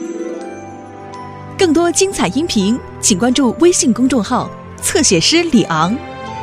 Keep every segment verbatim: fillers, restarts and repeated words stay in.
更多精彩音频，请关注微信公众号“侧写师李昂”。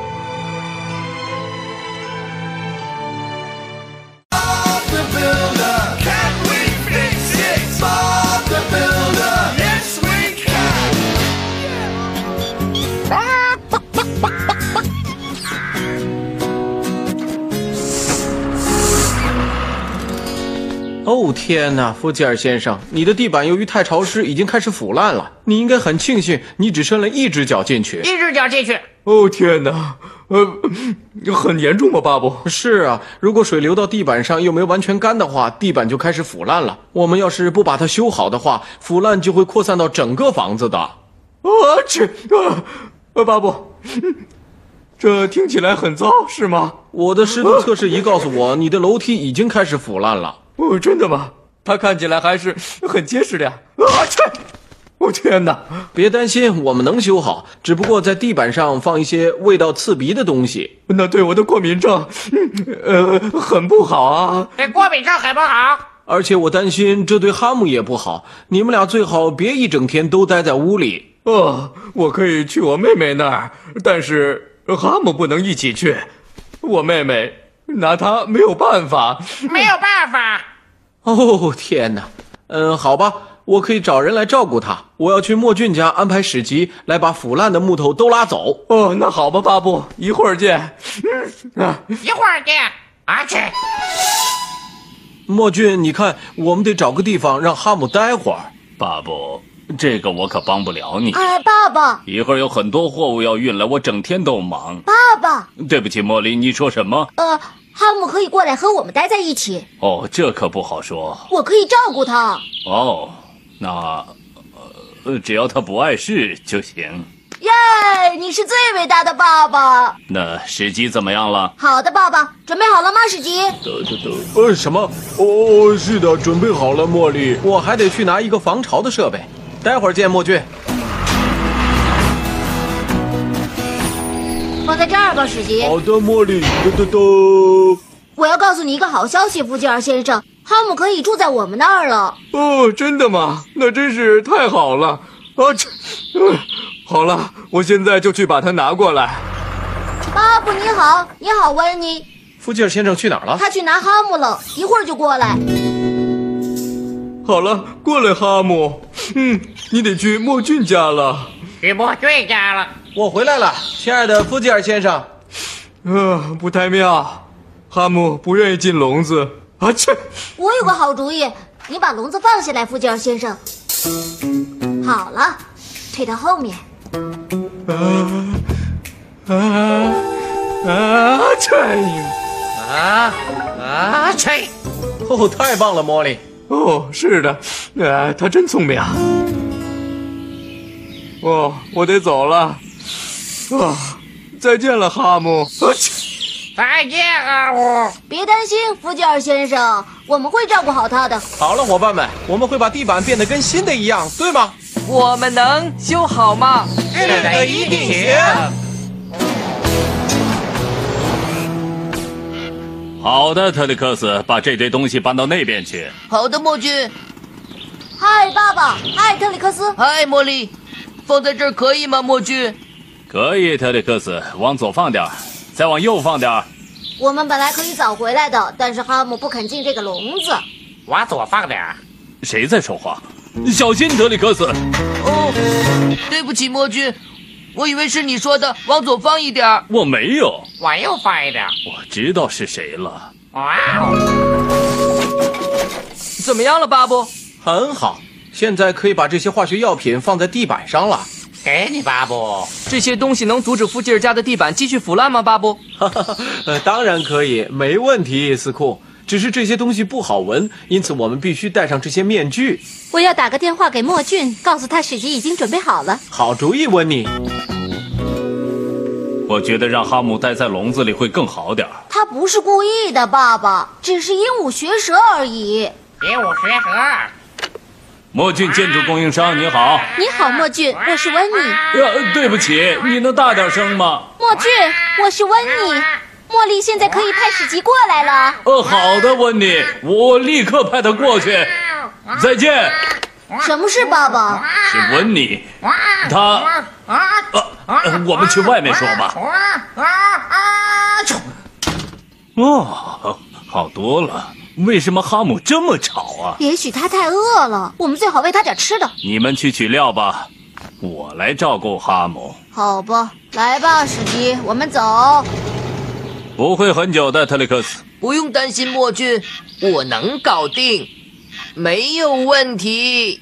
哦天哪，弗吉尔先生，你的地板由于太潮湿，已经开始腐烂了。你应该很庆幸，你只伸了一只脚进去。 一只脚进去。 哦天哪，呃，很严重吗，巴布？ 是啊，如果水流到地板上又没完全干的话，地板就开始腐烂了。我们要是不把它修好的话，腐烂就会扩散到整个房子的。 啊去啊，啊，巴布，这听起来很糟，是吗？ 我的湿度测试仪告诉我，你的楼梯已经开始腐烂了。 哦，真的吗？它看起来还是很结实的呀！啊，去！哦天哪！ 别担心，我们能修好，只不过在地板上放一些味道刺鼻的东西， 那对我的过敏症，呃，很不好啊。 对过敏症很不好。 而且我担心这对哈姆也不好。你们俩最好别一整天都待在屋里。 哦，我可以去我妹妹那儿，但是哈姆不能一起去。我妹妹拿他没有办法。 没有办法。 哦天哪，嗯，好吧，我可以找人来照顾他。我要去莫俊家安排使吉来把腐烂的木头都拉走。 哦，那好吧，巴布，一会儿见。 嗯啊、一会儿见。啊去。 莫俊，你看，我们得找个地方让哈姆待会儿。 巴布，这个我可帮不了你。 哎，爸爸， 一会儿有很多货物要运来，我整天都忙。 爸爸， 对不起，茉莉，你说什么？ 呃。哈姆可以过来和我们待在一起。 哦，这可不好说。 我可以照顾他。 哦，那呃，只要他不碍事就行。 耶，你是最伟大的爸爸。 那史基怎么样了？ 好的，爸爸，准备好了吗，史基？ 得得得， 呃，什么？哦，是的，准备好了，茉莉。我还得去拿一个防潮的设备。待会儿见，莫俊。 放在这儿吧，史基。 好的，茉莉。嘟嘟嘟。 我要告诉你一个好消息，弗吉尔先生，哈姆可以住在我们那儿了。 哦，真的吗？那真是太好了。啊，这、呃，好了，我现在就去把它拿过来。 巴布你好，你好，温妮。 弗吉尔先生去哪儿了？ 他去拿哈姆了，一会儿就过来。 好了，过来，哈姆。嗯，你得去莫俊家了。 去莫俊家了。 我回来了，亲爱的弗吉尔先生。 呃，不太妙，哈姆不愿意进笼子。啊切！ 我有个好主意，你把笼子放下来，弗吉尔先生。好了，推到后面。 啊啊啊！切！ 啊啊！切！ 哦，太棒了，茉莉。 哦，是的，呃，他真聪明啊。哦，我得走了。啊，再见了，哈姆。啊再见，哈姆。 别担心，弗吉尔先生，我们会照顾好他的。 好了，伙伴们，我们会把地板变得跟新的一样，对吗？ 我们能修好吗？ 是的，一定行。 好的，特里克斯，把这堆东西搬到那边去。 好的，莫俊。 嗨，爸爸。嗨，特里克斯。 嗨，茉莉。放在这儿可以吗，莫俊？ 可以，特里克斯，往左放点，再往右放点。 我们本来可以早回来的，但是哈姆不肯进这个笼子。 往左放点。 谁在说话？小心，特里克斯。 哦，对不起，莫俊，我以为是你说的，往左放一点。 我没有。 往右放一点。 我知道是谁了。 哇哦！ 怎么样了，巴布？ 很好，现在可以把这些化学药品放在地板上了。 给你，巴布。 这些东西能阻止弗吉尔家的地板继续腐烂吗，巴布？ 呃，当然可以，没问题，斯库。只是这些东西不好闻，因此我们必须戴上这些面具。 我要打个电话给莫俊，告诉他史吉已经准备好了。 好主意，温妮。 我觉得让哈姆待在笼子里会更好点。 他不是故意的，爸爸，只是鹦鹉学舌而已。 鹦鹉学舌。 莫俊建筑供应商，你好。 你好，莫俊，我是温妮。 呃，对不起，你能大点声吗？ 莫俊，我是温妮。茉莉现在可以派史吉过来了。 呃，好的，温妮，我立刻派他过去。再见。 什么事，爸爸？ 是温妮，他啊呃，我们去外面说吧。哦，好多了。为什么哈姆这么吵啊？ 也许他太饿了，我们最好喂他点吃的。 你们去取料吧，我来照顾哈姆。 好吧，来吧，史基，我们走。 不会很久的，特里克斯。 不用担心，莫俊，我能搞定，没有问题。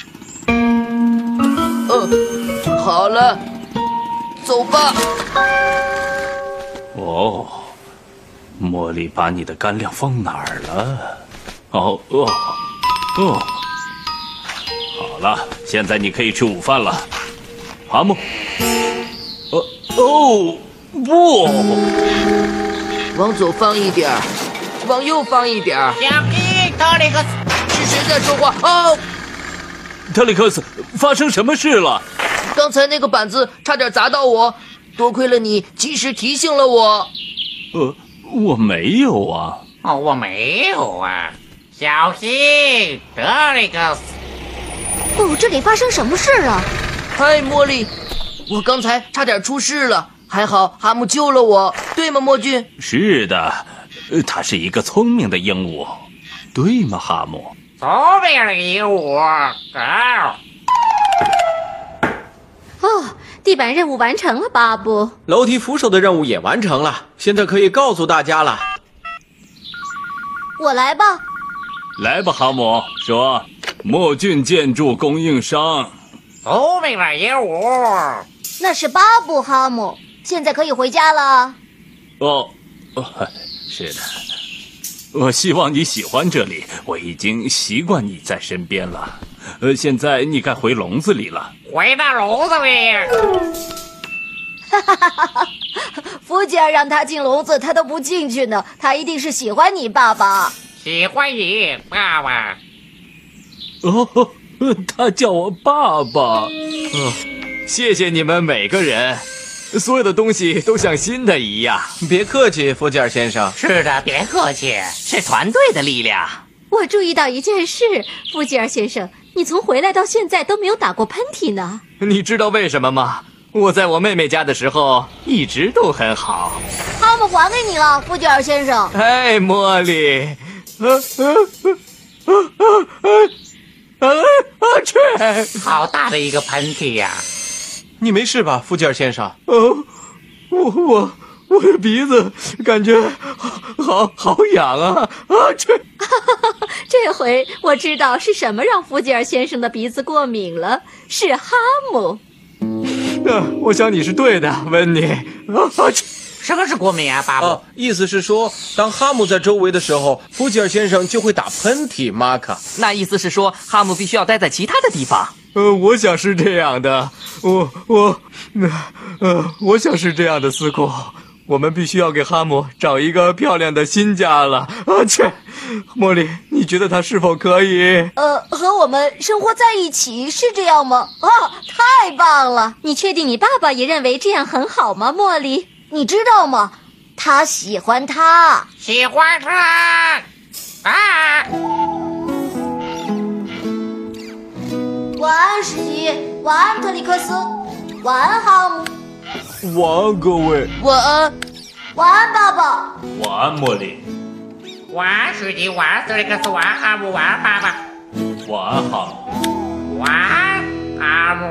呃，好了，走吧。 哦，茉莉把你的干粮放哪儿了？哦哦哦，好了，现在你可以吃午饭了，哈姆。哦哦不， 往左放一点儿，往右放一点儿。 小心，特里克斯！ 是谁在说话？哦， 特里克斯，发生什么事了？ 刚才那个板子差点砸到我，多亏了你及时提醒了我。 呃，我没有啊。 哦，我没有啊。小心，特里克斯！ 哦，这里发生什么事了？ 嗨，茉莉，我刚才差点出事了，还好哈姆救了我，对吗，莫俊？ 是的，呃他是一个聪明的鹦鹉，对吗，哈姆？ 聪明的鹦鹉。啊哦，地板任务完成了，巴布。 楼梯扶手的任务也完成了，现在可以告诉大家了。 我来吧。 来吧，哈姆，说，莫俊建筑供应商。 聪明的鹦鹉。 那是巴布哈姆，现在可以回家了。 哦，哦，是的。我希望你喜欢这里，我已经习惯你在身边了。呃，现在你该回笼子里了。 回到笼子里。 哈哈哈哈哈！福吉尔让他进笼子，他都不进去呢。他一定是喜欢你，爸爸。 喜欢你，爸爸。 哦，他叫我爸爸。 哦，谢谢你们每个人，所有的东西都像新的一样。 别客气，福吉尔先生。 是的，别客气，是团队的力量。 我注意到一件事，福吉尔先生，你从回来到现在都没有打过喷嚏呢。 你知道为什么吗？我在我妹妹家的时候一直都很好。 哈姆还给你了，福吉尔先生。 哎，茉莉，啊啊啊啊啊啊！去！ 好大的一个喷嚏呀！ 你没事吧，福吉尔先生？ 哦，我我我的鼻子感觉好好痒啊！啊去！ 这回我知道是什么让福吉尔先生的鼻子过敏了，是哈姆。 啊，我想你是对的，温妮。啊啊去！ 什么是过敏啊，巴布？ 哦，意思是说，当哈姆在周围的时候，福吉尔先生就会打喷嚏。马卡， 那意思是说，哈姆必须要待在其他的地方。 呃，我想是这样的，我我，呃，我想是这样的，斯库，我们必须要给哈姆找一个漂亮的新家了。啊去，茉莉，你觉得他是否可以？ 呃，和我们生活在一起，是这样吗？啊，太棒了！ 你确定你爸爸也认为这样很好吗，茉莉？ 你知道吗？他喜欢他， 喜欢他啊！ 晚安，史基。晚安，特里克斯。晚安，哈姆。 晚安，各位。 晚安。 晚安，爸爸。 晚安，茉莉。 晚安，史基。晚安，特里克斯。晚安，哈姆。晚安，爸爸。 晚安，哈姆。 晚安，哈姆。